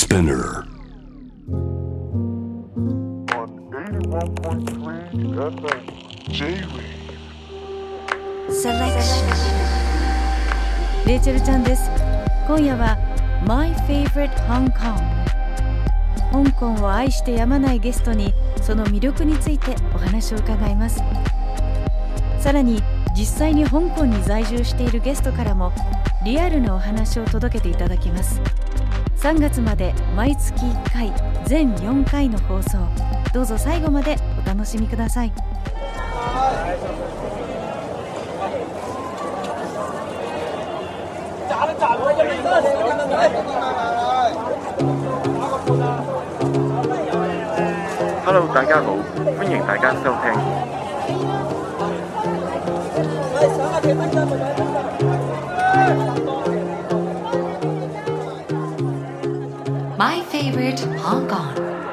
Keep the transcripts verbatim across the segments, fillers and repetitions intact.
Spinner Selection レイチェルちゃんです。今夜は My Favorite Hong Kong 香港を愛してやまないゲストにその魅力についてお話を伺います。さらに実際に香港に在住しているゲストからもリアルなお話を届けていただきます。さんがつまで毎月いっかい全よんかいの放送、どうぞ最後までお楽しみください。 Hello， 大家好，歡迎大家收聽。 My Favorite Hong Kong。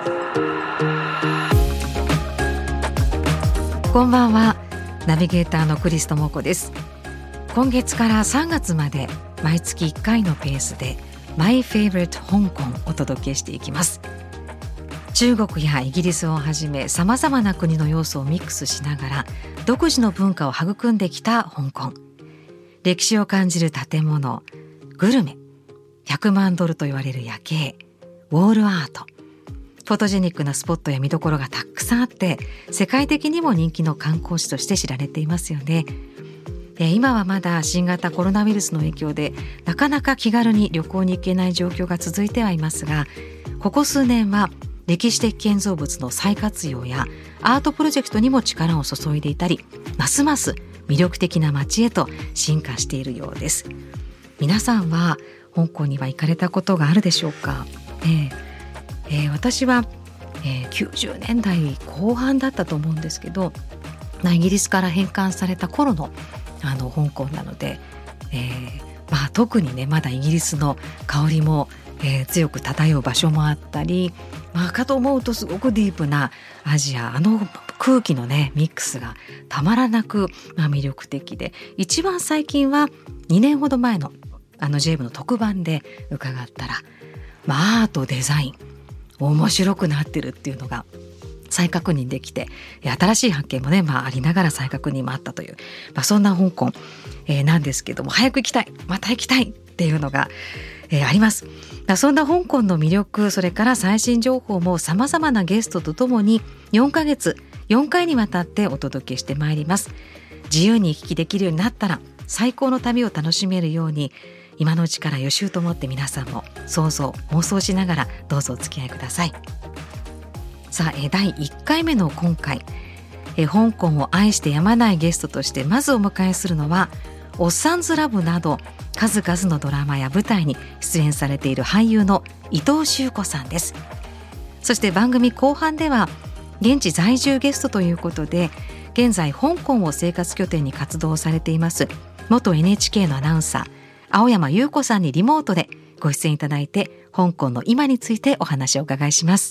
こんばんは、ナビゲーターのクリストモコです。今月からさんがつまで毎月いっかいのペースで My Favorite Hong Kong をお届けしていきます。中国やイギリスをはじめさまざまな国の要素をミックスしながら独自の文化を育んできた香港。歴史を感じる建物、グルメ、ひゃくまんドルと言われる夜景、ウォールアート、フォトジェニックなスポットや見どころがたくさんあって、世界的にも人気の観光地として知られていますよね。今はまだ新型コロナウイルスの影響でなかなか気軽に旅行に行けない状況が続いてはいますが、ここ数年は歴史的建造物の再活用やアートプロジェクトにも力を注いでいたり、ますます魅力的な街へと進化しているようです。皆さんは香港には行かれたことがあるでしょうか。えーえー、私は、えー、きゅうじゅうねんだいこう半だったと思うんですけど、イギリスから返還された頃のあの香港なので、えーまあ、特にねまだイギリスの香りも、えー、強く漂う場所もあったり、まあ、かと思うとすごくディープなアジア、あの空気のねミックスがたまらなく、まあ、魅力的で、一番最近はにねんほど前のあの ジェイブ の特番で伺ったら、まあ、アートデザイン面白くなってるっていうのが再確認できて、新しい発見もね、まあ、ありながら再確認もあったという、まあ、そんな香港、えー、なんですけども、早く行きたい、また行きたいっていうのが、えー、あります。そんな香港の魅力、それから最新情報もさまざまなゲストとともによんかげつよんかいにわたってお届けしてまいります。自由に行き来できるようになったら最高の旅を楽しめるように、今のうちから予習と思って皆さんも想像妄想しながらどうぞお付き合いください。さあ、だいいっかいめの今回、え香港を愛してやまないゲストとしてまずお迎えするのは、おっさんずラブなど数々のドラマや舞台に出演されている俳優の伊藤修子さんです。そして番組後半では現地在住ゲストということで、現在香港を生活拠点に活動されています元 エヌエイチケー のアナウンサー青山優子さんにリモートでご出演いただいて、香港の今についてお話をお伺いします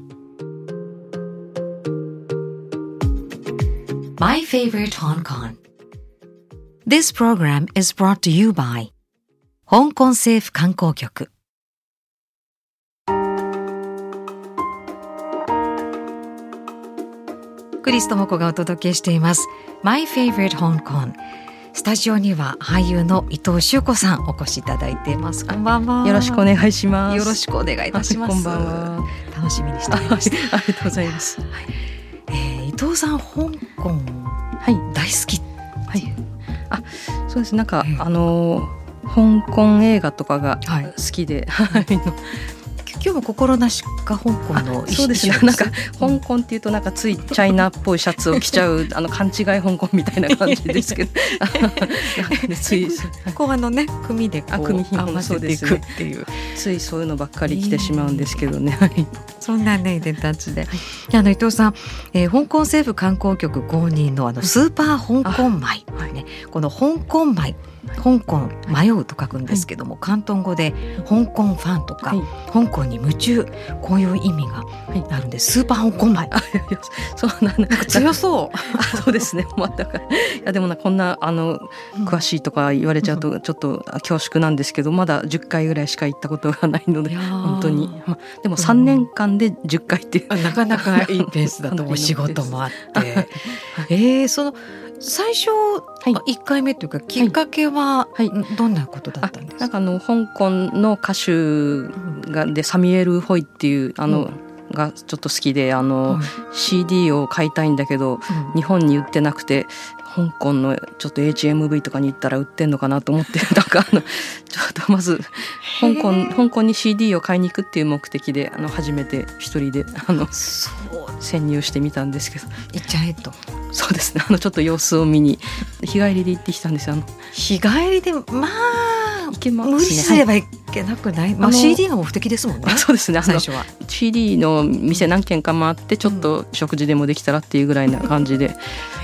。My Favorite Hong Kong。 This program is brought to you by 香港政府観光局。クリストモコがお届けしています My Favorite Hong Kong。スタジオには俳優の伊藤修子さんお越しいただいています。こんばんは。 よろしくお願いします。 よろしくお願いいたします。 こんばんは。 楽しみにしておりました。 ありがとうございます。はい、 えー、伊藤さん、香港、はい、大好き。はい。 あ、そうです。なんか、 えー、 あの香港映画とかが好きで、はい、 今日も心なしか香港のそうですね。なんか香港っていうとなんかついチャイナっぽいシャツを着ちゃうあの勘違い香港みたいな感じですけどついこうあのね組でこう組品合わせていくっていう、 ついそういうのばっかり着てしまうんですけどね。 そんなね伝達で、はい、あの伊藤さん、えー、香港政府観光局公認のあのスーパー香港米、はいね、この香港米香港迷うと書くんですけども、はい、広東語で香港ファンとか、はい、香港に夢中、こういう意味があるんです、はい、スーパー香港米。 そうなんか強そうあそうですね、まあ、だからいやでもなこんなあの詳しいとか言われちゃうとちょっと恐縮なんですけど、まだじゅっかいぐらいしか行ったことがないので本当に、まあ、でもさんねんかんでじゅっかいっていう、 うん、なかなかいいペースだとお仕事もあってえー、その最初、はい、いっかいめというかきっかけはどんなことだったんですか？ なんかあの香港の歌手がでサミュエル・ホイっていうあの、うんがちょっと好きであの、うん、シーディー を買いたいんだけど、うん、日本に売ってなくて香港のちょっと エイチエムブイ とかに行ったら売ってんのかなと思ってなんかあのちょっとまず香港、香港に シーディー を買いに行くっていう目的であの初めて一人であの潜入してみたんですけど、 行っちゃえと。 そうですね、あのちょっと様子を見に日帰りで行ってきたんですよ。あの日帰りでまあ行けますね、 無理すればいけなくない、まあ、シーディー が目的ですもんね。 そうですね、あの最初はシーディー の店何軒か回ってちょっと食事でもできたらっていうぐらいな感じで、 うん、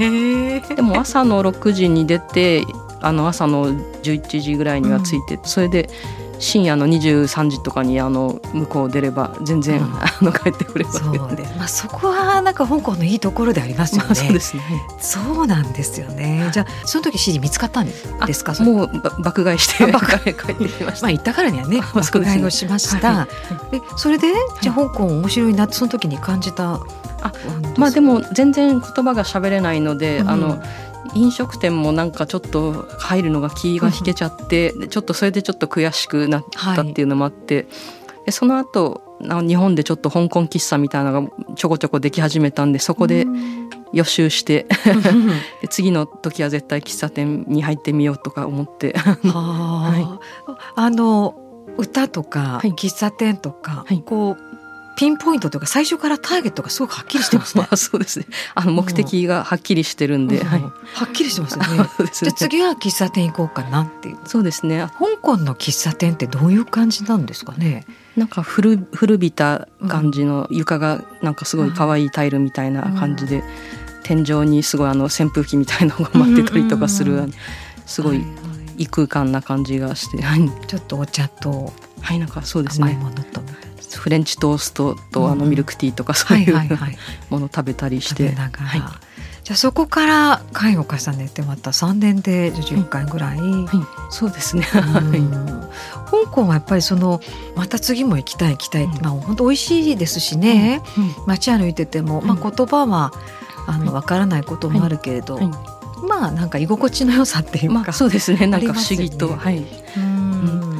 へでも朝のろくじに出てあの朝のじゅういちじぐらいには着いて、うん、それで深夜のにじゅうさんじとかにあの向こう出れば全然、うん、あの帰ってくれば、 そうです、まあ、そこはなんか香港のいいところでありますよね、まあ、 そうですね、 そうなんですよね。じゃあその時 シーディー 見つかったんですか？ もう爆買いして帰ってきました。 まあ行ったからにはね爆買いをしました、はい、でそれでじゃあ香港面白いなってその時に感じた、あ、 まあでも全然言葉が喋れないので、うん、あの飲食店もなんかちょっと入るのが気が引けちゃって、うん、ちょっとそれでちょっと悔しくなったっていうのもあって、はい、でその後日本でちょっと香港喫茶みたいなのがちょこちょこでき始めたんで、そこで予習してで次の時は絶対喫茶店に入ってみようとか思ってはい、あの歌とか喫茶店とか、はい、こうピンポイントとか最初からターゲットがすごくはっきりしてますね。 まあ、そうですね、あの目的がはっきりしてるんで、うん、はい、 はっきりしてますよね。そうですね。じゃあ次は喫茶店行こうかなっていう。 そうですね。 香港の喫茶店ってどういう感じなんですかね？ なんか 古, 古びた感じの床がなんかすごい可愛いタイルみたいな感じで、うん、天井にすごいあの扇風機みたいなのが待ってたりとかする、うんうんうん、すごい異空間な感じがして、 ちょっとお茶と、 はい、なんかそうですね、 甘いものとフレンチトーストとあのミルクティーとかそういう、うんはいはいはい、ものを食べたりして食べながら、はい、じゃあそこから回を重ねてまたさんねんでじゅっかいぐらい、はいはい、 そうですね、 香港はやっぱりそのまた次も行きたい行きたい、うん、まあ、本当美味しいですしね、うんうん、街歩いてても、まあ、言葉はあの分からないこともあるけれど、はいはいはい、まあなんか居心地の良さっていうか、 まあ、そうですね、なんか不思議と、はい、うん、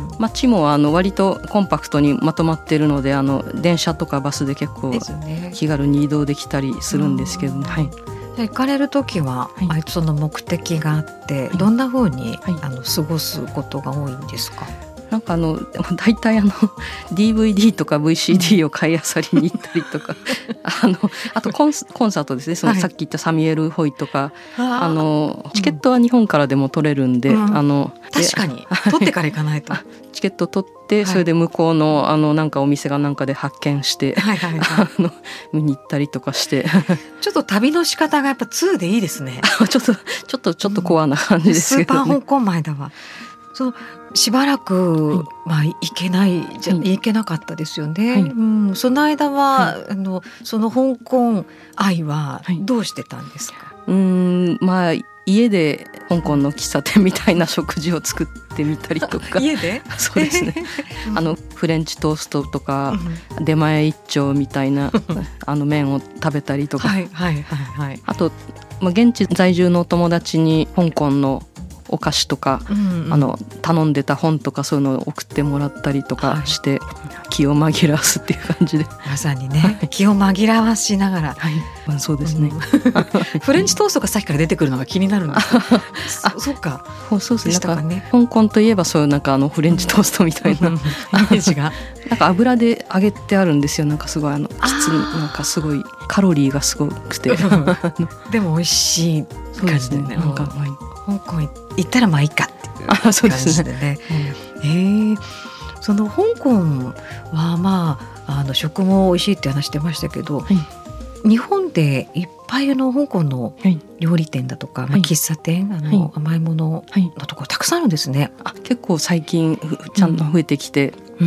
街もあの割とコンパクトにまとまっているので、あの電車とかバスで結構気軽に移動できたりするんですけど、ね、はい、 行かれる時は、はい、その目的があって、はい、どんな風に、はい、あの過ごすことが多いんですか？ なんかあの大体あの ディーブイディー とか ブイシーディー を買いあさりに行ったりとかあのあとコン、コンサートですね、そのさっき言ったサミュエル・ホイとか、はい、あのチケットは日本からでも取れるんで、うん、あの確かに取ってから行かないとチケット取ってそれで向こうの、はい、あのなんかお店がなんかで発見して、はいはいはい、あの見に行ったりとかしてちょっと旅の仕方がやっぱツーでいいですねちょっとちょっとちょっとコアな感じですけど、ね、 スーパー香港前だわ。そうしばらく、はい、まあ、行けないじゃ、はい、行けなかったですよね、はい、うん、その間は、はい、あのその香港愛はどうしてたんですか？はい、うーん、まあ家で香港の喫茶店みたいな食事を作ってみたりとか家でそうですねあのフレンチトーストとか、うん、出前一丁みたいなあの麺を食べたりとか、はいはいはいはい、あと、まあ、現地在住のお友達に香港のお菓子とか、うんうん、あの頼んでた本とかそういうのを送ってもらったりとかして、はい、気を紛らわすっていう感じで、 まさにね、はい、気を紛らわしながら、 はい、まあ、そうですね、うん、 フレンチトーストがさっきから出てくるのが気になるんですあそ, そうかそうですね、なんかね、香港といえばそういうなんかあのフレンチトーストみたいな、うん、イメージがなんか油で揚げてあるんですよ。なんかすごいあのきつなんかすごいカロリーがすごくてでも美味しい感じでね、なんか香港行ったらまあいいかっていう感じでね。そうですね、うん、えー、その香港はまああの食も美味しいって話してましたけど、はい、日本で一ぱいの香港の料理店だとか、はい、まあ、喫茶店、あの、はい、甘いもののところたくさんあるんですね。 あ、結構最近ちゃんと増えてきて、 うん、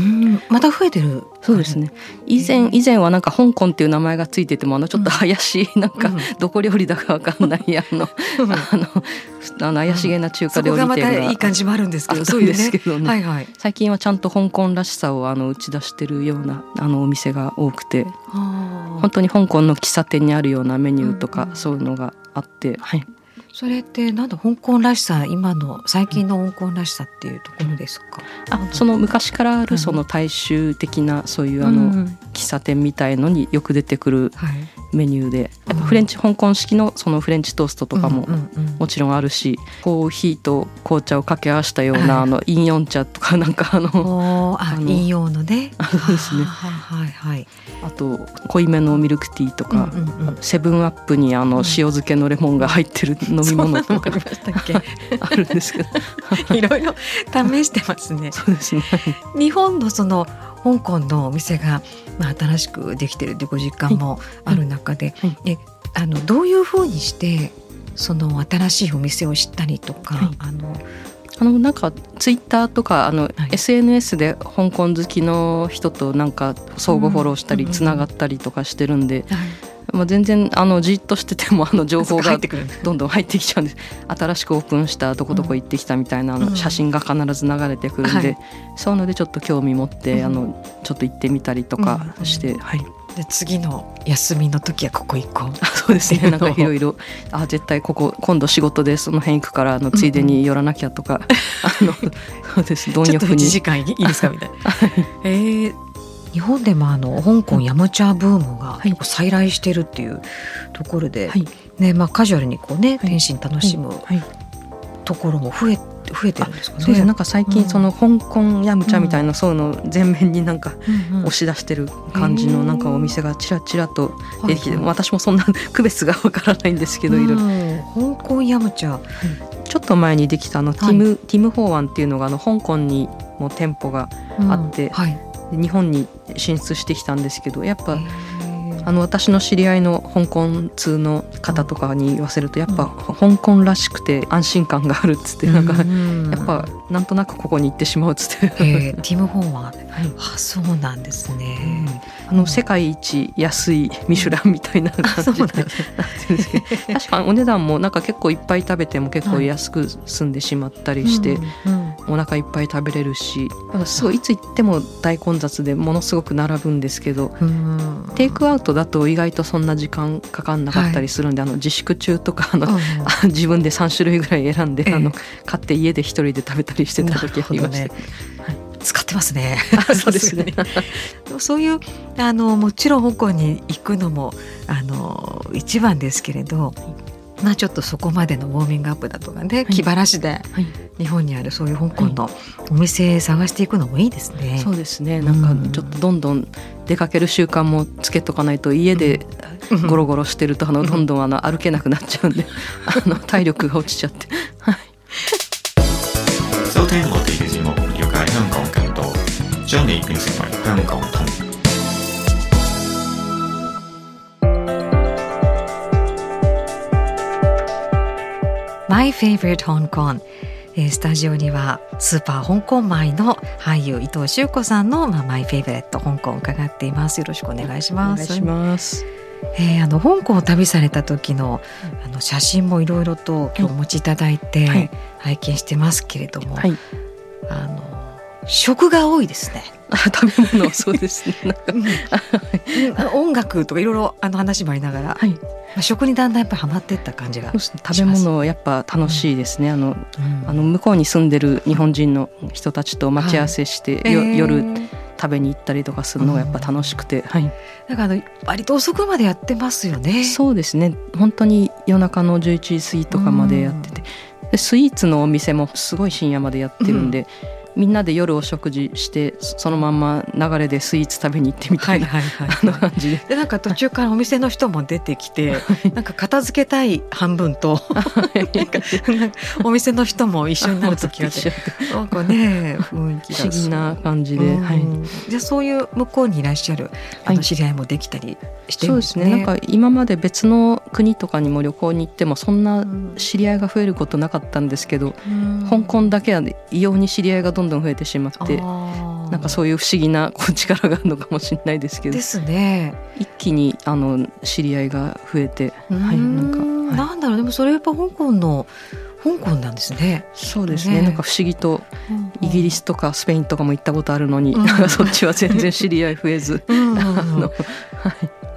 また増えてる。 そうですね。以前以前はなんか香港っていう名前がついてても、あのちょっと怪しい、うん、なんかどこ料理だかわかんないあの、うん、あのあの怪しげな中華料理店が、うん、そこがまたいい感じもあるんですけど、 そうですけどね、 はいはい、 最近はちゃんと香港らしさをあの打ち出してるようなあのお店が多くて、本当に香港の喫茶店にあるようなメニューとか、うん、そういうのがあって、はい、 それってなんだ香港らしさ、今の最近の香港らしさっていうところですか？ あ、その昔からあるその大衆的なそういうあの、うん、喫茶店みたいのによく出てくるメニューで、はい、やっぱフレンチ、香港式のそのフレンチトーストとかももちろんあるし、コーヒーと紅茶を掛け合わせたような、はい、あのインヨン茶とかなんかあのああのインヨンのね、 そうですね、 はいはい、 あと濃いめのミルクティーとか、うんうんうん、セブンアップにあの塩漬けのレモンが入ってる飲み物とか、うん、あるんですけどいろいろ試してますね。 そうですね。 日本のその香港のお店が、まあ、新しくできてるというご実感もある中で、はいはい、えあのどういうふうにしてその新しいお店を知ったりとか、はい、あのあのなんかツイッターとかあの、はい、エスエヌエス で香港好きの人となんか相互フォローしたりつながったりとかしてるんで、うんうんうん、まあ、全然あのじっとしててもあの情報がどんどん入ってきちゃうんです。新しくオープンしたどこどこ行ってきたみたいなあの写真が必ず流れてくるんで、うん、そういうのでちょっと興味持って、うん、あのちょっと行ってみたりとかして、うん、はい、 で次の休みの時はここ行こう。 そうですね。なんかいろいろあ絶対ここ今度仕事でその辺行くからあのついでに寄らなきゃとか、うん、あのそうです貪欲にちょっといちじかんいいですかみたいな。えー日本でもあの香港ヤムチャブームが結構再来してるっていうところで、はい、ね、まあ、カジュアルにこう、ね、はい、天津楽しむところも増え、増えてるんですかね。 そうです。なんか最近その香港ヤムチャみたいな、うん、そういうの全面になんか押し出してる感じのなんかお店がちらちらと出てきて、うん、私もそんな区別がわからないんですけど、いろいろ香港ヤムチャ、 うん、ちょっと前にできたあの、はい、ティム、ティム・ホーワンっていうのがあの香港にも店舗があって、うん、はい、日本に進出してきたんですけど、やっぱあの私の知り合いの香港通の方とかに言わせるとやっぱ香港らしくて安心感があるっつって、なんかやっぱなんとなくここに行ってしまうっつって、 えー、ティム・ホーワン、はい、あ、そうなんですね、 うん、あの世界一安いミシュランみたいな感じになってるんですけど、確かお値段もなんか結構いっぱい食べても結構安く済んでしまったりして、はい、うんうん、お腹いっぱい食べれるし、すごいいつ行っても大混雑でものすごく並ぶんですけど、うん、テイクアウトだと意外とそんな時間かかんなかったりするんで、はい、あの自粛中とかあの、うん、自分でさん種類ぐらい選んで、えー、あの買って家で一人で食べたりしてた時ありました、ね、 はい、使ってますね。 そうですね。 そういうあのもちろん香港に行くのもあの一番ですけれど、まあ、ちょっとそこまでのウォーミングアップだとかね、はい、気晴らしで日本にあるそういう香港のお店探していくのもいいですね、はい、 そうですね。なんかちょっとどんどん出かける習慣もつけとかないと、家でゴロゴロしてるとあのどんどんあの歩けなくなっちゃうんであの体力が落ちちゃってはい。 收聽我哋嘅節目，了解香港更多，將你變成為香港通。 My Favorite Hong Kong、えー、スタジオにはスーパー香港米の俳優伊藤修子さんの、まあ、マイフェイブレット香港を伺っています。よろしくお願いします。 お願いします。 えー、あの香港を旅された時 の, あの写真もいろいろと今日お持ちいただいて、はい、拝見してますけれども、はい、あの食が多いですね。 食べ物そうですね。 なんか音楽とかいろいろあの話もありながら、はい、まあ、食にだんだんやっぱりハマっていった感じがします。 食べ物やっぱ楽しいですね、うん、あの、うん、あの向こうに住んでる日本人の人たちと待ち合わせして、はい、よ夜食べに行ったりとかするのがやっぱ楽しくて、うん、はい、 だからあの割と遅くまでやってますよね。 そうですね。本当に夜中のじゅういちじ過ぎとかまでやってて、うん、でスイーツのお店もすごい深夜までやってるんで、 みんなで夜お食事してそのまま流れでスイーツ食べに行ってみたいな、はいはいはい、あの感じ で, でなんか途中からお店の人も出てきてなんか片付けたい半分となんかお店の人も一緒になる時があってなんかね雰囲気が不思議な感じで、はい、 じゃあそういう向こうにいらっしゃるあの知り合いもできたりしてるんですね、 はい、そうですね。なんか今まで別の国とかにも旅行に行ってもそんな知り合いが増えることなかったんですけど、香港だけは異様に知り合いがどんどん増えてしまって、なんかそういう不思議なこう力があるのかもしれないですけどですね。 一気にあの知り合いが増えて、はい、なんか、はい、 なんだろうでもそれやっぱ香港の香港なんですね。 そうですね、ねなんか不思議とイギリスとかスペインとかも行ったことあるのに、うん、なんかそっちは全然知り合い増えずうんあの、はい、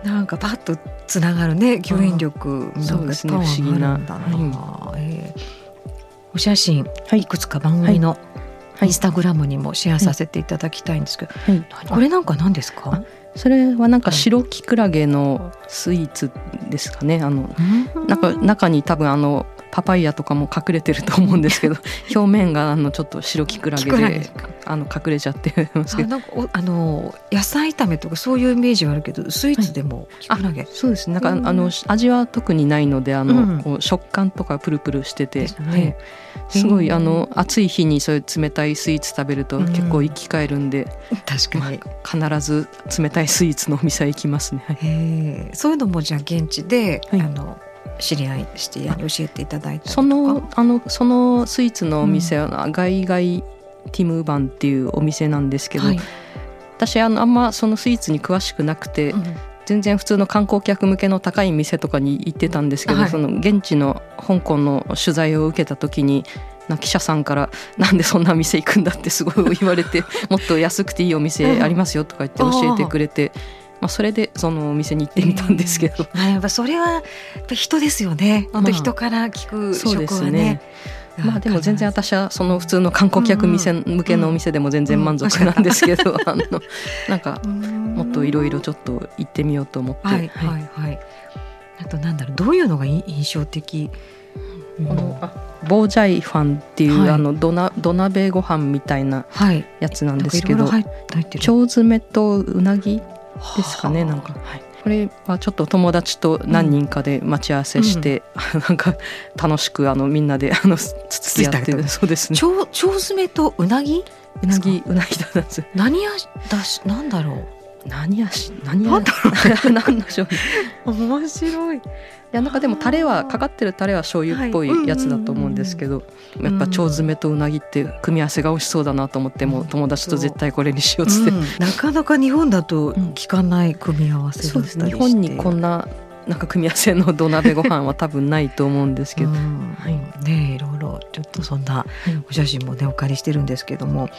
なんかパッとつながるね吸引力そうですね不思議な、 はいえー、お写真いくつか番組のインスタグラムにもシェアさせていただきたいんですけど、はいはい、これなんか何ですか？ それはなんか白キクラゲのスイーツですかね。あのなんか中に多分あのパパイヤとかも隠れてると思うんですけど表面があのちょっと白キクラゲであの隠れちゃってますけど、 あなんかあの野菜炒めとかそういうイメージはあるけどスイーツでもキクラゲ、はい、 そうですね。なんかあの味は特にないのであの、うん、こう食感とかプルプルしてて、ねはい、すごいあの暑い日にそういう冷たいスイーツ食べると結構生き返るんで、 うん、確かに、 まあ、必ず冷たいスイーツのお店行きますね。 へそういうのもじゃあ現地で、はい、あの知り合い知り合いに教えていただいたりとか。 そのあのそのスイーツのお店は、うん、ガイガイティムバンっていうお店なんですけど、はい、私あのあんまそのスイーツに詳しくなくて、うん、全然普通の観光客向けの高い店とかに行ってたんですけど、はい、その現地の香港の取材を受けた時にな記者さんからなんでそんな店行くんだってすごい言われてもっと安くていいお店ありますよとか言って教えてくれて、まあ、それでそのお店に行ってみたんですけど、 えー、やっぱそれはやっぱ人ですよね。本当人から聞く食はね、まあ、そうですね。 まあ、でも全然私はその普通の観光客店向けのお店でも全然満足なんですけど、あのなんかもっといろいろちょっと行ってみようと思って、はいはいはい、 あとなんだろうどういうのが印象的？ このあボージャイファンっていう、はい、あの 土, な土鍋ご飯みたいなやつなんですけど、はい、腸詰めとうなぎですかね。なんか、はい、これはちょっと友達と何人かで待ち合わせして、うん、なんか楽しくあのみんなであの付き合ってる。そうですね。 腸詰めとうなぎうなぎうなぎなんです。 何味だしなんだろう何味何味なんでしょうね。 面白い。 いやなんかでもタレはかかってるタレは醤油っぽいやつだと思うんですけど、やっぱ腸詰めとうなぎって組み合わせが美味しそうだなと思って、もう友達と絶対これにしようっつって、うん、 なかなか日本だと聞かない組み合わせだったりして、 そうですね、日本にこんななんか組み合わせの土鍋ご飯は多分ないと思うんですけど、うんはいね、いろいろちょっとそんなお写真もねお借りしてるんですけども、はい、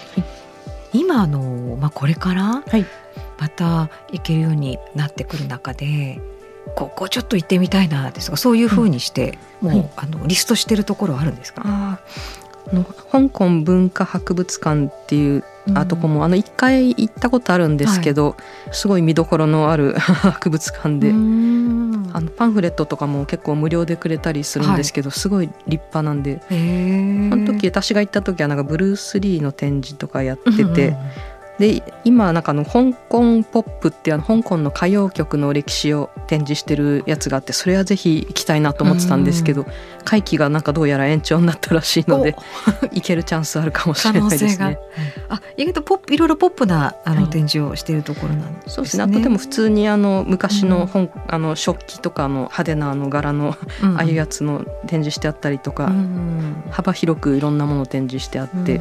今あの、まあ、これからまた行けるようになってくる中で、ここちょっと行ってみたいなですが、そういうふうにして、うん、もう、はい、あのリストしてるところはあるんですか？ ああの香港文化博物館っていうあとこも、うん、あのいっかい行ったことあるんですけど、はい、すごい見どころのある博物館で、うんあのパンフレットとかも結構無料でくれたりするんですけど、はい、すごい立派なんで、あの時私が行った時はなんかブルース・リーの展示とかやってて、うんで今なんかあの香港ポップっていうあの香港の歌謡曲の歴史を展示してるやつがあって、それはぜひ行きたいなと思ってたんですけど、会期がなんかどうやら延長になったらしいので行けるチャンスあるかもしれないですね。 あ意外とポップいろいろポップなあの展示をしているところなんですね。 そうですね。あとでも普通にあの昔の本、うん、あの食器とかの派手なあの柄の、うん、ああいうやつの展示してあったりとか、うん、幅広くいろんなもの展示してあって、うん、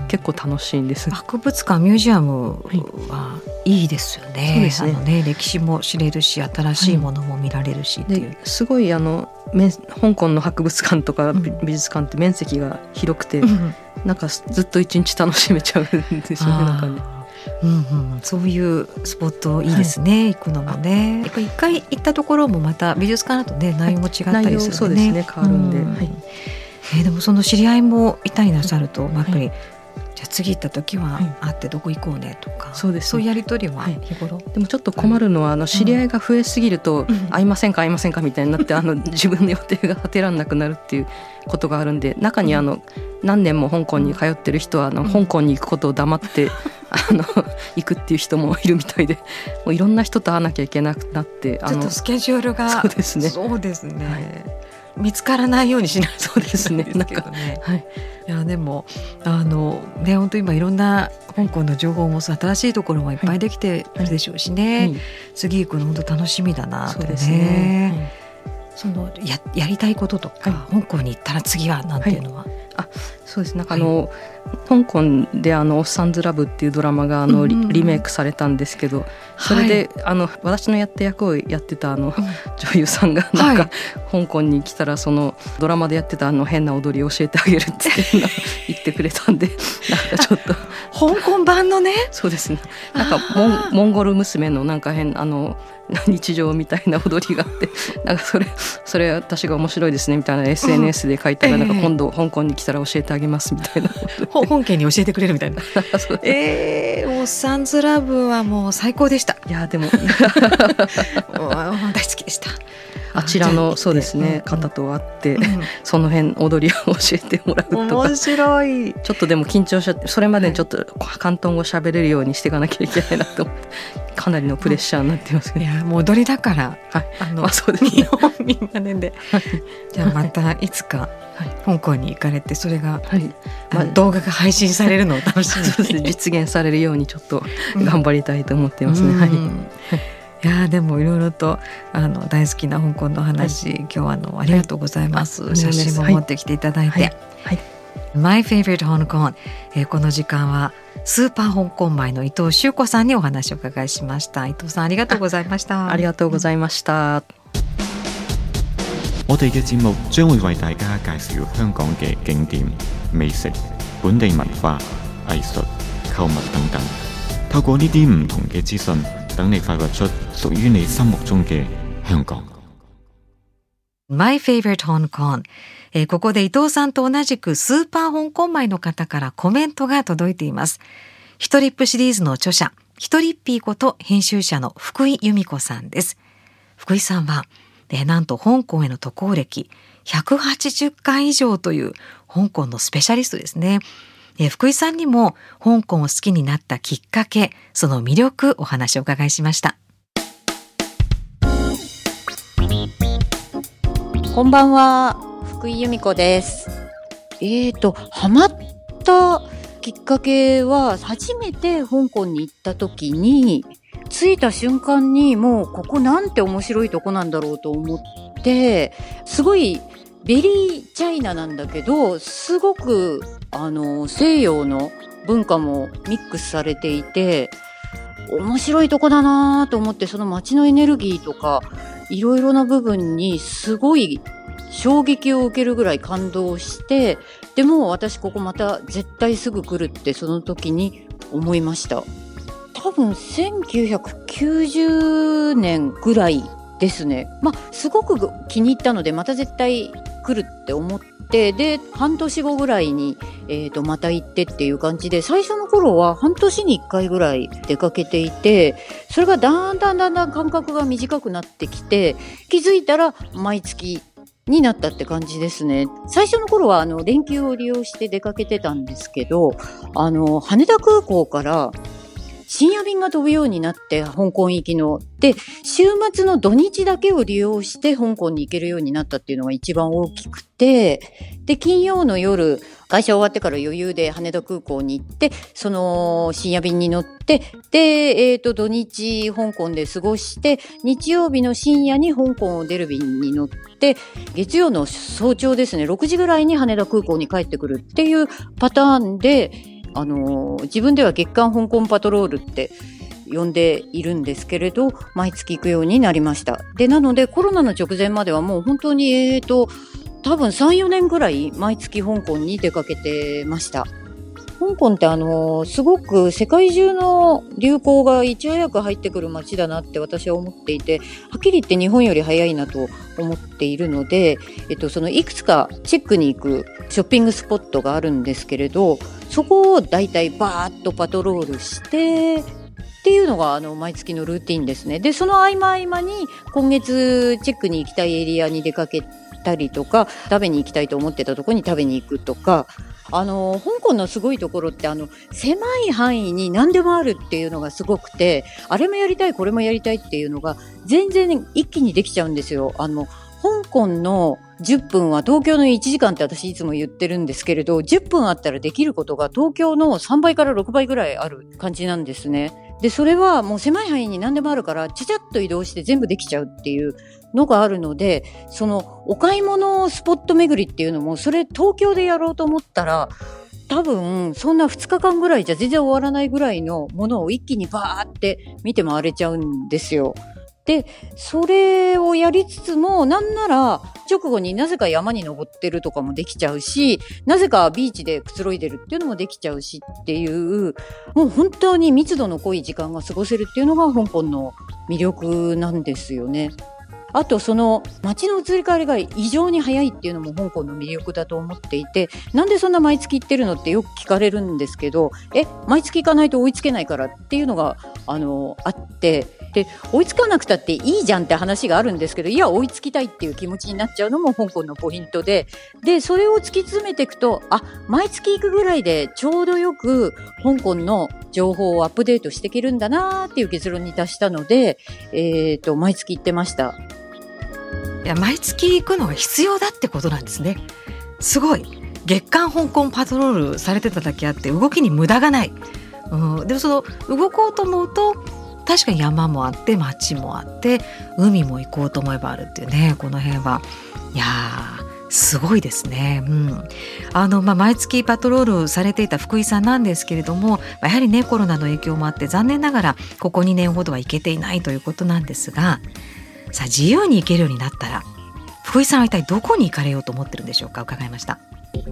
結構楽しいんです。 博物館ミュージアムはいいですよね。そうですね。あのね歴史も知れるし新しいものも見られるしっていう、 すごいあの香港の博物館とか美術館って面積が広くて、うん、なんかずっと一日楽しめちゃうんですよね。なんかね、 うんうん、そういうスポットいいですね、はい、行くのもね。やっぱり一回行ったところもまた美術館だとね内容も違ったりするね、はい、 そうですね変わるんで、うんはいえー、でもその知り合いもいたりなさると、まあ、やっぱり、はい、じゃあ次行った時は会ってどこ行こうねとか、はい、 そうですね、 そういうやり取りは日頃、はい、 でもちょっと困るのはあの知り合いが増えすぎると、うん、会いませんか会いませんかみたいになってあの自分の予定が立てられなくなるっていうことがあるんで、中にあの何年も香港に通ってる人はあの香港に行くことを黙ってあの行くっていう人もいるみたいで、もういろんな人と会わなきゃいけなくなってあのちょっとスケジュールがそうですね、 そうですね、はい、見つからないようにしないとですね。 なんか、はい、 いやでもあのね本当今いろんな香港の情報も新しいところもいっぱいできてるでしょうしね、はいはい、次行くの本当楽しみだなってね。そうですね、はい、その や, やりたいこととか、はい、香港に行ったら次はなんていうのは、はい、 あそうですなんかあの、はい、香港であのおっさんずラブっていうドラマがあの、うんうん、リ, リメイクされたんですけど、それで、はい、あの私のやった役をやってたあの、うん、女優さんがなんか、はい、香港に来たらそのドラマでやってたあの変な踊りを教えてあげるって言ってくれたんで、なんかちょっと香港版のねそうですね、なんかモ ン, モンゴル娘のなんか変あの日常みたいな踊りがあって、なんかそれそれ私が面白いですねみたいな エスエヌエス で書いたら、うん、なんか今度香港に来たら教えてあげますみたいな本家に教えてくれるみたいなえー、おっさんずラブはもう最高でした。 いやでも大好きでした。 あちらのそうですね、うん、方と会って、うん、その辺踊りを教えてもらうとか面白い。 ちょっとでも緊張しちゃって、それまでにちょっと広東語喋れるようにしていかなきゃいけないなと思ってかなりのプレッシャーになってますけど、 いやもう踊りだから、はい、あの、まあ、そうですね、日本民真似でじゃあまたいつか香港に行かれてそれが、はい、まあ、動画が配信されるのを楽しみに実現されるようにちょっと頑張りたいと思っていますね、うん、はい。 いやでもいろいろとあの大好きな香港の話、はい、今日はあのありがとうございます、はい、写真も持ってきていただいて、はいはい、My Favorite Hong Kong、えー、この時間はスーパー香港米の伊藤修子さんにお話を伺いしました。伊藤さんありがとうございました。 あ, ありがとうございました。 我哋嘅節目將會為大家介紹香港嘅景點、美食、本地文化、藝術、購物等等。透過呢啲唔同嘅資訊，等你發掘出屬於你心目中嘅香港。 My Favorite Hong Kong、えー、ここで伊藤さんと同じくスーパー香港米の方からコメントが届いています。ヒトリップシリーズの著者、ヒトリッピーこと編集者の福井由美子さんです。福井さんは、えー、なんと香港への渡航歴ひゃくはちじゅっかい以上という香港のスペシャリストですね。えー、福井さんにも香港を好きになったきっかけ、その魅力お話をお伺いしました。 こんばんは、福井由美子です。えーと、ハマったきっかけは、初めて香港に行った時に、着いた瞬間にもうここなんて面白いとこなんだろうと思って、すごいベリーチャイナなんだけど、すごくあの西洋の文化もミックスされていて、面白いとこだなと思って、その街のエネルギーとかいろいろな部分にすごい衝撃を受けるぐらい感動して、でも私ここまた絶対すぐ来るってその時に思いました。多分せんきゅうひゃくきゅうじゅうねんぐらいですね。まあすごく気に入ったのでまた絶対来るって思って、で半年後ぐらいに、えーと、また行ってっていう感じで、最初の頃は半年にいっかいぐらい出かけていて、それがだんだんだんだん間隔が短くなってきて、気づいたら毎月になったって感じですね。最初の頃はあの連休を利用して出かけてたんですけど、あの羽田空港から深夜便が飛ぶようになって、香港行きの。で、週末の土日だけを利用して香港に行けるようになったっていうのが一番大きくて、で、金曜の夜、会社終わってから余裕で羽田空港に行って、その深夜便に乗って、で、えっと、土日香港で過ごして、日曜日の深夜に香港を出る便に乗って、月曜の早朝ですね、ろくじぐらいに羽田空港に帰ってくるっていうパターンで、あのー、自分では月間香港パトロールって呼んでいるんですけれど、毎月行くようになりました。で、なのでコロナの直前まではもう本当に、えーと、多分さん、よねんぐらい毎月香港に出かけてました。 香港ってあのすごく世界中の流行がいち早く入ってくる街だなって私は思っていて、はっきり言って日本より早いなと思っているので、えっと、そのいくつかチェックに行くショッピングスポットがあるんですけれど、そこをだいたいバーッとパトロールしてっていうのがあの毎月のルーティンですね。でその合間合間に今月チェックに行きたいエリアに出かけたりとか、食べに行きたいと思ってたところに食べに行くとか、あの香港のすごいところってあの狭い範囲に何でもあるっていうのがすごくて、あれもやりたいこれもやりたいっていうのが全然一気にできちゃうんですよ。あの香港のじゅっぷんは東京のいちじかんって私いつも言ってるんですけれど、じゅっぷんあったらできることが東京のさんばいからろくばいぐらいある感じなんですね。でそれはもう狭い範囲に何でもあるからちゃちゃっと移動して全部できちゃうっていうのがあるので、そのお買い物スポット巡りっていうのもそれ東京でやろうと思ったら多分そんなふつかかんぐらいじゃ全然終わらないぐらいのものを一気にバーって見て回れちゃうんですよ。でそれをやりつつもなんなら直後になぜか山に登ってるとかもできちゃうし、なぜかビーチでくつろいでるっていうのもできちゃうしっていう、もう本当に密度の濃い時間が過ごせるっていうのが香港の魅力なんですよね。あとその街の移り変わりが異常に早いっていうのも香港の魅力だと思っていて、なんでそんな毎月行ってるのってよく聞かれるんですけど、え毎月行かないと追いつけないからっていうのがあのあって、で追いつかなくたっていいじゃんって話があるんですけど、いや追いつきたいっていう気持ちになっちゃうのも香港のポイントで、でそれを突き詰めていくと、あ毎月行くぐらいでちょうどよく香港の情報をアップデートしていけるんだなっていう結論に達したので、えーと毎月行ってました。 いや毎月行くのが必要だってことなんですね。すごい月間香港パトロールされてただけあって動きに無駄がない、うん、でもその動こうと思うと確かに山もあって街もあって海も行こうと思えばあるっていうね、この辺はいやーすごいですね、うんあのまあ、毎月パトロールされていた福井さんなんですけれども、やはりねコロナの影響もあって残念ながらここにねんほどは行けていないということなんですが、さあ自由に行けるようになったら福井さんは一体どこに行かれようと思ってるんでしょうか。伺いました。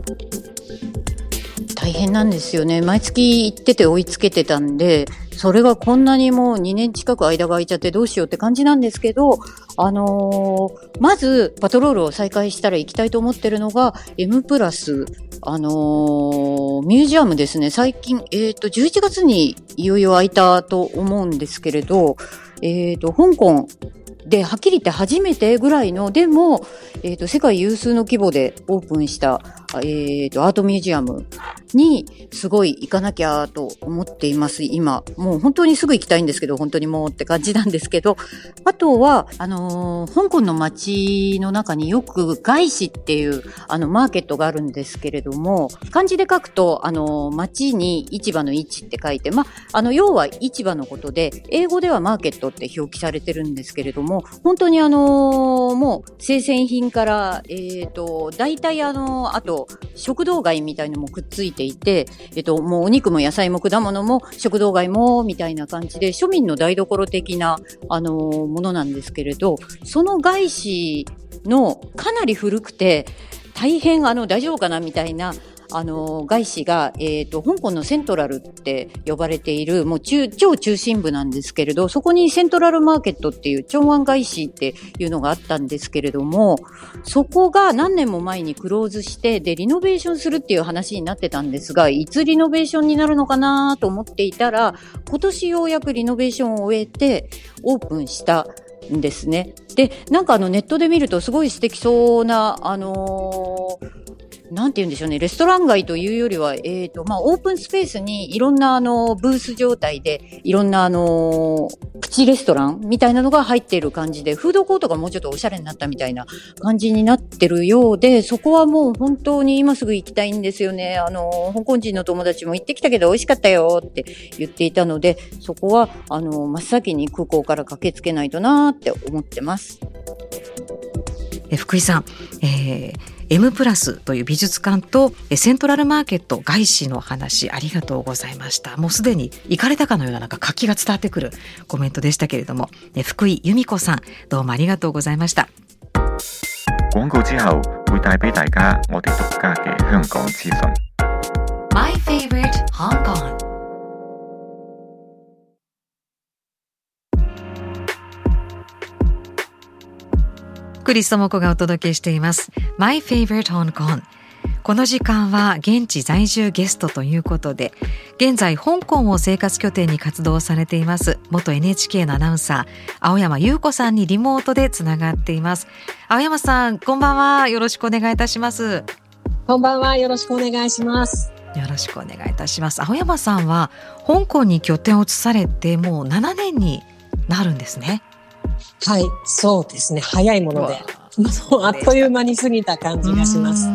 大変なんですよね。毎月行ってて追いつけてたんで、それがこんなにもうにねん近く間が空いちゃってどうしようって感じなんですけど、あのー、まずパトロールを再開したら行きたいと思ってるのが M プラス、あのー、ミュージアムですね。最近、えっと、じゅういちがつにいよいよ開いたと思うんですけれど、えっと、香港ではっきり言って初めてぐらいの、でも、えっと、世界有数の規模でオープンした、えっと、アートミュージアムにすごい行かなきゃと思っています。今、もう本当にすぐ行きたいんですけど、本当にもうって感じなんですけど、あとは、あのー、香港の街の中によく街市っていう、あの、マーケットがあるんですけれども、漢字で書くと、あのー、街に市場の市って書いて、ま、あの、要は市場のことで、英語ではマーケットって表記されてるんですけれども、本当にあのー、もう生鮮品から、えっと、大体あのー、あと、食堂街みたいのもくっついていて、えっと、もうお肉も野菜も果物も食堂街もみたいな感じで、庶民の台所的な、あのー、ものなんですけれど、その街市のかなり古くて、大変あの、大丈夫かなみたいな、あの、外資が、えっと、香港のセントラルって呼ばれている、もう中、超中心部なんですけれど、そこにセントラルマーケットっていう、長安外資っていうのがあったんですけれども、そこが何年も前にクローズして、で、リノベーションするっていう話になってたんですが、いつリノベーションになるのかなと思っていたら、今年ようやくリノベーションを終えて、オープンしたんですね。で、なんかあの、ネットで見るとすごい素敵そうな、あのー、なんて言うんでしょうね、レストラン街というよりは、えっと、まあ、オープンスペースにいろんなあの、ブース状態で、いろんなあの、プチレストランみたいなのが入っている感じで、フードコートがもうちょっとおしゃれになったみたいな感じになってるようで、そこはもう本当に今すぐ行きたいんですよね。あの、香港人の友達も行ってきたけど美味しかったよって言っていたので、そこは、あの、真っ先に空港から駆けつけないとなーって思ってます。 え福井さん、えーM プラスという美術館とセントラルマーケット外資の話ありがとうございました。もうすでに行かれたかのようななんか活気が伝わってくるコメントでしたけれども、福井由美子さんどうもありがとうございました。 廣告之後會帶俾大家我哋獨家嘅香港資訊。 My Favorite Hong Kong。クリストモコがお届けしています My Favorite Hong Kong。 この時間は現地在住ゲストということで、現在香港を生活拠点に活動されています元 エヌエイチケー のアナウンサー青山優子さんにリモートでつながっています。青山さん、こんばんは。よろしくお願いいたします。 こんばんは。よろしくお願いします。 よろしくお願いいたします。青山さんは香港に拠点を移されてもうななねんになるんですね。 はい、そうですね。早いもので、もうあっという間に過ぎた感じがします。 うん、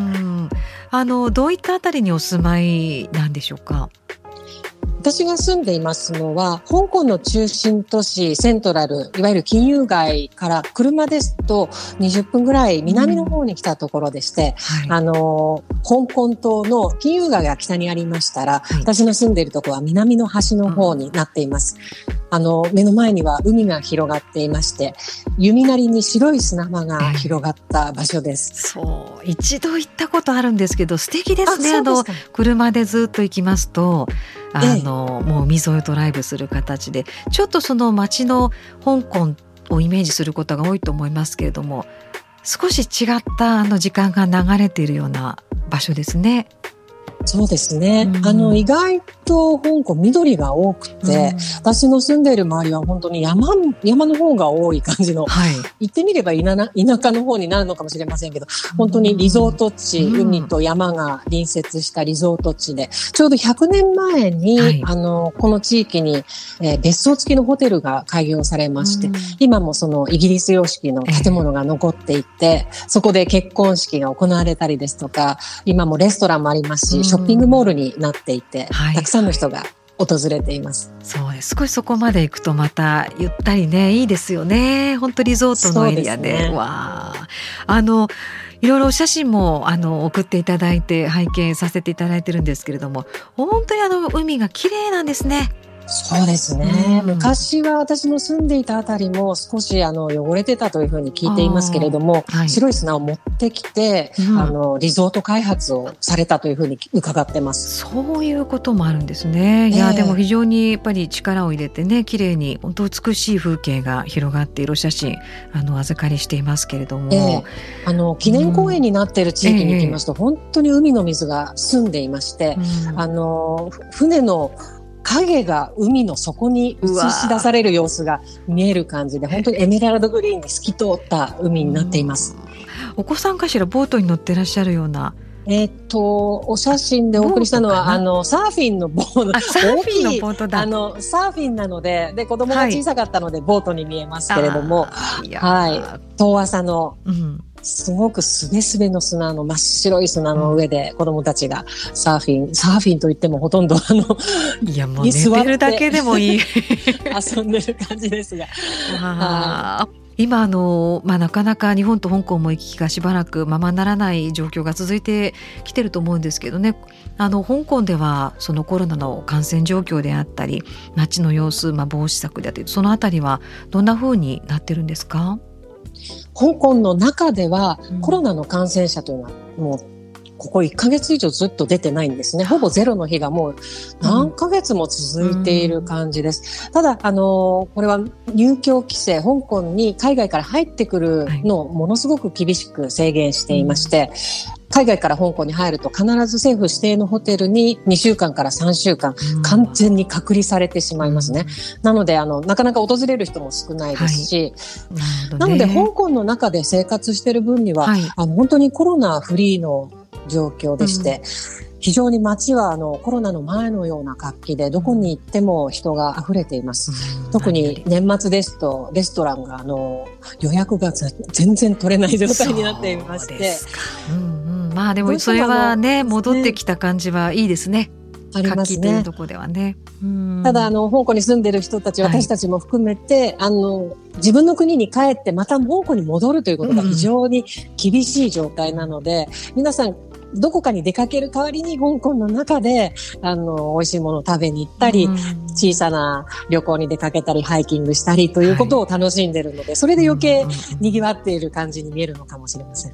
あのどういったあたりにお住まいなんでしょうか？ 私が住んでいますのは香港の中心都市セントラル、いわゆる金融街から車ですとにじゅっぷんぐらい南の方に来たところでして、うん、はい、あの香港島の金融街が北にありましたら、はい、私の住んでいるところは南の端の方になっています。うん、あの目の前には海が広がっていまして、弓なりに白い砂浜が広がった場所です。 えー、そう一度行ったことあるんですけど素敵ですね。あの車でずっと行きますとあの、ええ、もう海沿いをドライブする形でちょっとその街の香港をイメージすることが多いと思いますけれども、少し違ったあの時間が流れているような場所ですね。 そうですね、うん、あの意外と香港緑が多くて、うん、私の住んでいる周りは本当に山、山の方が多い感じの、はい、言ってみれば田舎の方になるのかもしれませんけど、本当にリゾート地、うん、海と山が隣接したリゾート地で、ちょうどひゃくねんまえに、はい、あのこの地域に、えー、別荘付きのホテルが開業されまして、うん、今もそのイギリス様式の建物が残っていて、えー、そこで結婚式が行われたりですとか、今もレストランもありますし、うん、ショッピングモールになっていて、はい、たくさんの人が訪れています。 そうです。少しそこまで行くとまたゆったりね、いいですよね。本当リゾートのエリア で, で、ね、わあのいろいろお写真もあの送っていただいて拝見させていただいてるんですけれども、本当にあの海が綺麗なんですね。 そうですね、うん、昔は私の住んでいたあたりも少しあの汚れてたというふうに聞いていますけれども、はい、白い砂を持ってきて、うん、あのリゾート開発をされたというふうに伺ってます。 そういうこともあるんですね。いや、えー、でも非常にやっぱり力を入れてね、綺麗に本当美しい風景が広がっている写真あの預かりしていますけれども、 えー、あの記念公園になっている地域に行きますと、うん、本当に海の水が澄んでいまして、うん、あの船の影が海の底に映し出される様子が見える感じで、本当にエメラルドグリーンに透き通った海になっています。 お子さんかしら、ボートに乗ってらっしゃるような。 えっとお写真でお送りしたのはあのサーフィンのボート、 サーフィンのボートだ。 あのサーフィンなので、で子供が小さかったのでボートに見えますけれども、はい、はい、遠浅の、うん、すごくすべすべの砂の真っ白い砂の上で子供たちがサーフィン、サーフィンといってもほとんどあのいやもう寝てるだけでもいい遊んでる感じですが、 あ、今あの、まあ、なかなか日本と香港も行き来がしばらくままならない状況が続いてきてると思うんですけどね、あの香港ではそのコロナの感染状況であったり街の様子、まあ、防止策であったり、そのあたりはどんな風になってるんですか？ 香港の中ではコロナの感染者というのはもうここいっかげつ以上ずっと出てないんですね。ほぼゼロの日がもう何ヶ月も続いている感じです。うん、ただ、あの、これは入境規制、香港に海外から入ってくるのをものすごく厳しく制限していまして、海外から香港に入ると必ず政府指定のホテルににしゅうかんからさんしゅうかん完全に隔離されてしまいますね。うん、なので、あの、なかなか訪れる人も少ないですし、はい、な, なので香港の中で生活している分には、はい、あの本当にコロナフリーの状況でして、うん、非常に街はあのコロナの前のような活気でどこに行っても人が溢れています。うん、特に年末ですとレストランがあの予約が全然取れない状態になっていまして、 うんうん、まあでもそれはね戻ってきた感じはいいですね。 ありますね。 活気というところではね。うん、 ただあの香港に住んでいる人たち、私たちも含めて、はい、あの自分の国に帰ってまた香港に戻るということが非常に厳しい状態なので、うん、皆さんどこかに出かける代わりに香港の中であの美味しいものを食べに行ったり、うん、小さな旅行に出かけたりハイキングしたりということを楽しんでいるので、はい、それで余計賑わっている感じに見えるのかもしれません。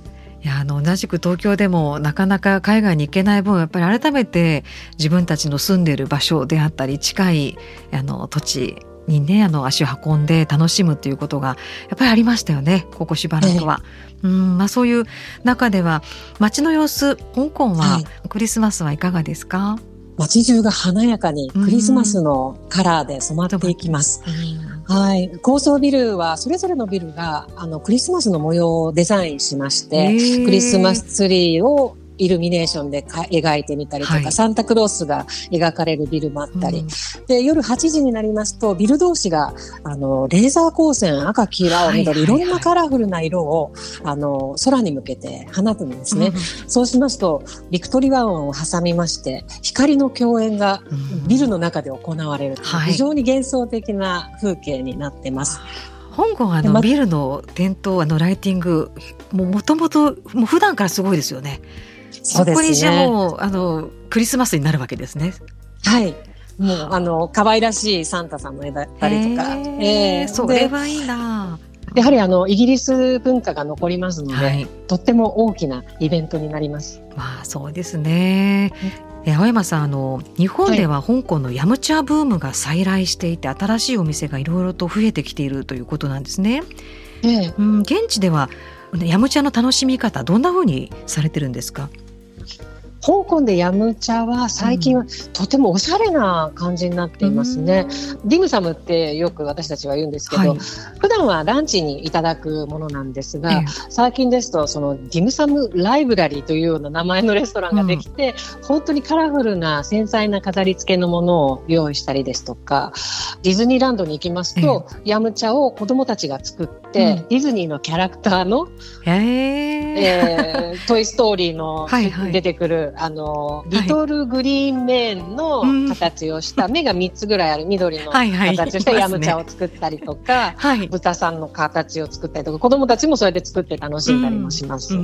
いやあの同じく東京でもなかなか海外に行けない分、やっぱり改めて自分たちの住んでいる場所であったり近いあの土地にね、あの足を運んで楽しむということがやっぱりありましたよね、ここしばらくは。ええ、うんまあ、そういう中では街の様子、香港はクリスマスはいかがですか？ 街中が華やかにクリスマスのカラーで染まっていきます。はい、高層ビルはそれぞれのビルがあのクリスマスの模様をデザインしまして、クリスマスツリーをイルミネーションでか描いてみたりとか、はい、サンタクロースが描かれるビルもあったり、うん、で夜はちじになりますとビル同士があのレーザー光線、赤、黄、青、緑、はいはいはい、いろんなカラフルな色をあの空に向けて放つんですね、うん、そうしますとビクトリア湾を挟みまして光の共演がビルの中で行われる、うん、非常に幻想的な風景になってます。 はい、香港はあのビルの点灯、あのライティングもともと普段からすごいですよね。 そうですね、 そこにじゃもうあのクリスマスになるわけですね。 はい、もうあの可愛らしいサンタさんの絵だったりとか、 えー、それはいいな。 やはりあのイギリス文化が残りますので、はい、とっても大きなイベントになります。 まあそうですね。え青山さん、あの日本では香港のヤムチャブームが再来していて、はい、新しいお店がいろいろと増えてきているということなんですね。ええ、うん、現地ではヤムチャの楽しみ方どんな風にされてるんですか？ 香港でヤムチャは最近はとてもおしゃれな感じになっていますね、うん、ディムサムってよく私たちは言うんですけど、はい、普段はランチにいただくものなんですが、ええ、最近ですとそのディムサムライブラリーというような名前のレストランができて、うん、本当にカラフルな繊細な飾り付けのものを用意したりですとか、ディズニーランドに行きますと、ええ、ヤムチャを子どもたちが作って、うん、ディズニーのキャラクターの、えーえー、トイストーリーのはい、はい、出てくるあのリトルグリーンメーンの形をした、はい、目がみっつぐらいある緑の形をしたヤムチャを作ったりとか、はいはい、豚さんの形を作ったりとか、子どもたちもそれで作って楽しんだりもします。うん、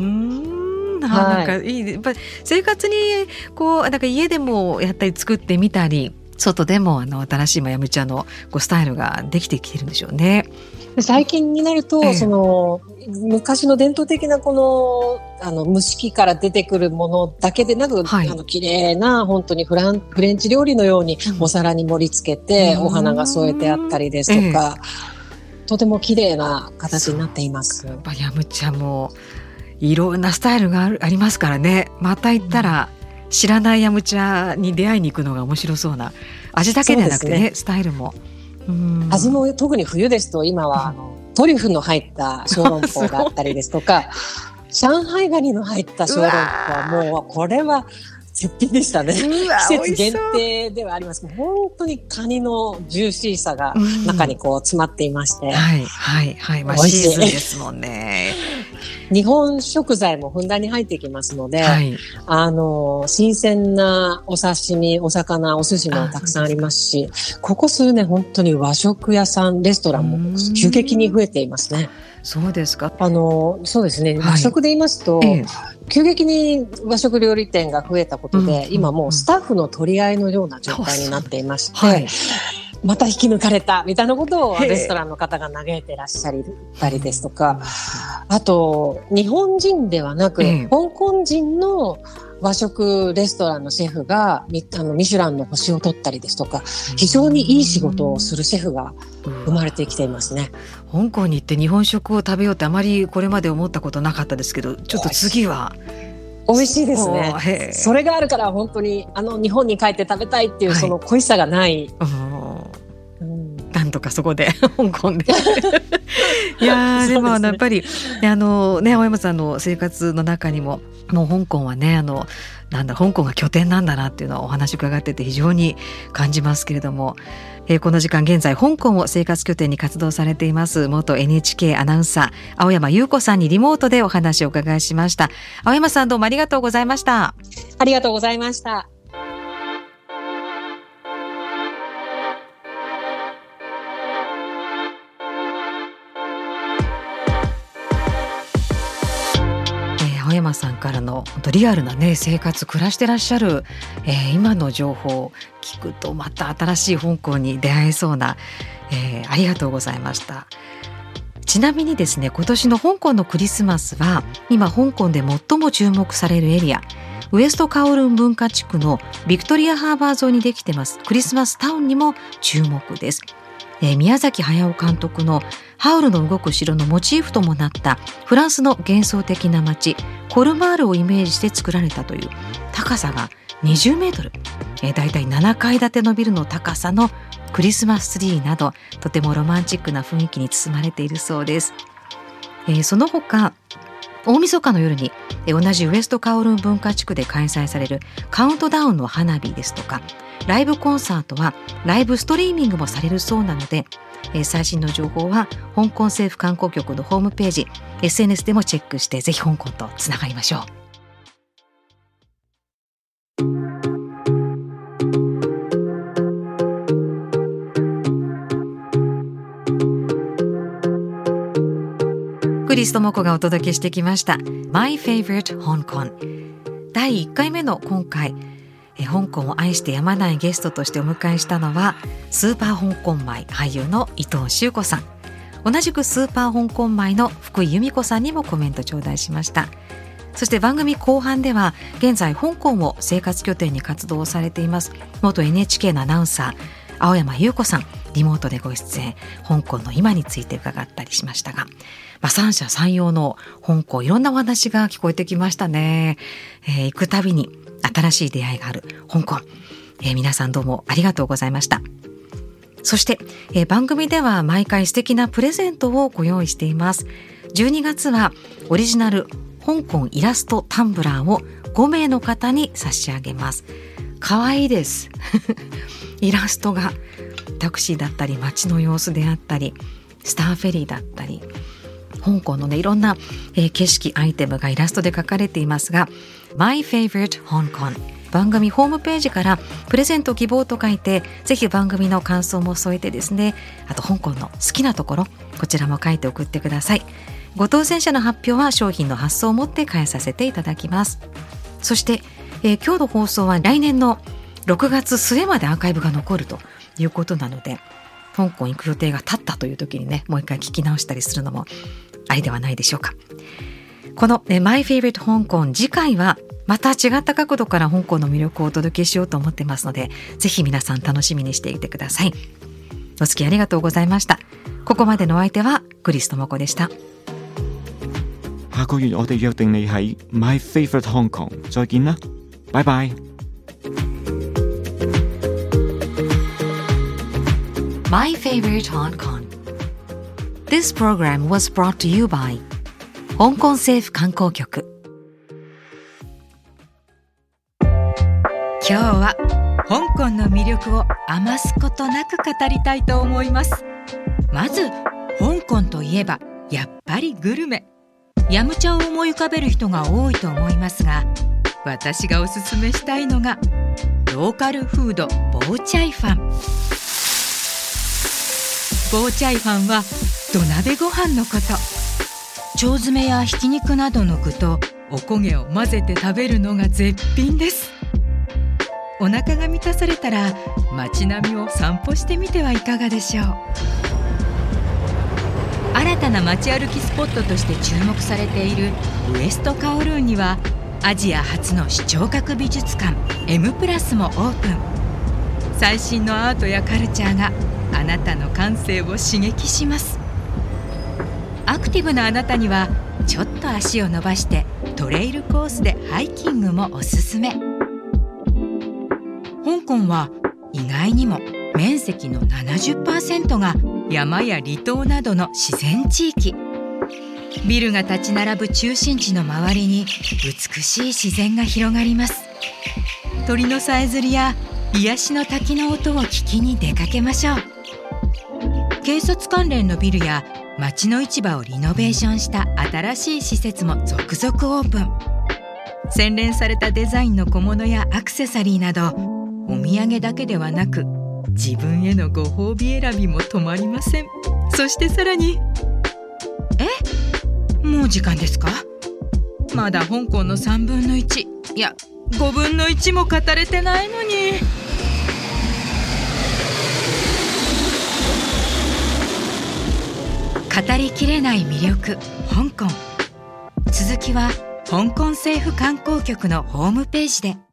うん、なんかいい、やっぱ生活にこうなんか家でもやったり作ってみたり、外でもあの新しいヤムチャのこうスタイルができてきてるんでしょうね。 最近になると、ええ、その昔の伝統的なこのあの蒸し器から出てくるものだけでなく、はい、あの綺麗な本当にフランフレンチ料理のようにお皿に盛り付けて、うん、お花が添えてあったりですとか、ええ、とても綺麗な形になっています。 やっぱりヤムチャもいろんなスタイルがある、ありますからね。また行ったら、うん、知らないヤムチャに出会いに行くのが面白そうな、味だけではなくて ね, ねスタイルも、うん、 味も特に冬ですと今はあの、うん、トリュフの入った小籠包があったりですとか上海ガニの入った小籠包はもうこれは絶品でしたね。季節限定ではありますけど、本当にカニのジューシーさが中にこう詰まっていまして、うん、 はいはいはい、まあ、シーズンですもんね。 日本食材もふんだんに入ってきますので、はい、あの新鮮なお刺身、お魚、お寿司もたくさんありますし、ここ数年本当に和食屋さん、レストランも急激に増えていますね。 そうですか。 あのそうですね、和食で言いますと、はい、ええ、急激に和食料理店が増えたことで、うん、今もうスタッフの取り合いのような状態になっていまして、はい、また引き抜かれたみたいなことをレストランの方が嘆いてらっしゃったりですとか、あと日本人ではなく、ええ、香港人の和食レストランのシェフがミあのミシュランの星を取ったりですとか、非常にいい仕事をするシェフが生まれてきていますね。 香港に行って日本食を食べようってあまりこれまで思ったことなかったですけど、ちょっと次は美味しいですね。それがあるから本当にあの日本に帰って食べたいっていうその恋しさがない、はい、うん、 なんとかそこで香港でいやでもあのやっぱりあのね、青山さんの生活の中にももう香港はね、あのなんだ香港が拠点なんだなっていうのをお話伺ってて非常に感じますけれども、えー、この時間現在香港を生活拠点に活動されています元 エヌエイチケー アナウンサー青山優子さんにリモートでお話をお伺いしました。青山さん、どうもありがとうございました。 ありがとうございました。 青山さんからのリアルな、ね、生活暮らしてらっしゃる、えー、今の情報を聞くとまた新しい香港に出会えそうな、えー、ありがとうございました。 ちなみにですね、今年の香港のクリスマスは今香港で最も注目されるエリア、ウエストカオルン文化地区のビクトリアハーバー沿いにできてますクリスマスタウンにも注目です。えー、宮崎駿監督のハウルの動く城のモチーフともなったフランスの幻想的な街コルマールをイメージして作られたという高さがにじゅうメートル、えー、だいたいななかい建てのビルの高さのクリスマスツリーなどとてもロマンチックな雰囲気に包まれているそうです。えー、その他大晦日の夜に同じウエストカオルン文化地区で開催されるカウントダウンの花火ですとかライブコンサートはライブストリーミングもされるそうなので、えー、最新の情報は香港政府観光局のホームページ エスエヌエス でもチェックしてぜひ香港とつながりましょう。クリストモコがお届けしてきました My Favorite Hong Kong だいいっかいめの今回、え香港を愛してやまないゲストとしてお迎えしたのはスーパー香港米俳優の伊藤修子さん、同じくスーパー香港米の福井由美子さんにもコメント頂戴しました。そして番組後半では現在香港を生活拠点に活動されています元 エヌエイチケー のアナウンサー青山優子さん、リモートでご出演、香港の今について伺ったりしましたが、まあ、三者三様の香港いろんなお話が聞こえてきましたね。えー、行くたびに新しい出会いがある香港、えー、皆さんどうもありがとうございました。そして、えー、番組では毎回素敵なプレゼントをご用意しています。じゅうにがつはオリジナル香港イラストタンブラーをごめいの方に差し上げます。かわいいですイラストがタクシーだったり街の様子であったりスターフェリーだったり香港のねいろんな、えー、景色アイテムがイラストで描かれていますが My Favorite Hong Kong 番組ホームページからプレゼント希望と書いてぜひ番組の感想も添えてですね、あと香港の好きなところこちらも書いて送ってください。ご当選者の発表は商品の発送をもって返させていただきます。そして、えー、今日の放送は来年のろくがつすえまでアーカイブが残るということなので香港行く予定が立ったという時にねもう一回聞き直したりするのもありではないでしょうか。この、ね、My Favorite Hong Kong 次回はまた違った角度から香港の魅力をお届けしようと思ってますのでぜひ皆さん楽しみにしていてください。お付き合いありがとうございました。ここまでのお相手はクリストモコでした。 下個月我哋約定你喺 My Favorite Hong Kong 再見啦，拜拜。 My Favorite Hong Kong. This program was brought to you by 香港政府観光局。 今日は香港の魅力を余すことなく語りたいと思います。まず香港といえばやっぱりグルメ、ヤムチャを思い浮かべる人が多いと思いますが、私がおすすめしたいのがローカルフードボーチャイファン。ボーチャイファンは土鍋ご飯のこと。腸詰めやひき肉などの具とおこげを混ぜて食べるのが絶品です。お腹が満たされたら街並みを散歩してみてはいかがでしょう。新たな街歩きスポットとして注目されているウエストカオルーンにはアジア初の視聴覚美術館 エム プラスもオープン。最新のアートやカルチャーがあなたの感性を刺激します。アクティブなあなたにはちょっと足を伸ばしてトレイルコースでハイキングもおすすめ。香港は意外にも面積の ななじゅっパーセント が山や離島などの自然地域。ビルが立ち並ぶ中心地の周りに美しい自然が広がります。鳥のさえずりや癒しの滝の音を聞きに出かけましょう。警察関連のビルや街の市場をリノベーションした新しい施設も続々オープン。洗練されたデザインの小物やアクセサリーなどお土産だけではなく自分へのご褒美選びも止まりません。そしてさらにえもう時間ですか？まだ香港のさんぶんのいちいやごぶんのいちも語れてないのに。 語りきれない魅力香港。続きは香港政府観光局のホームページで。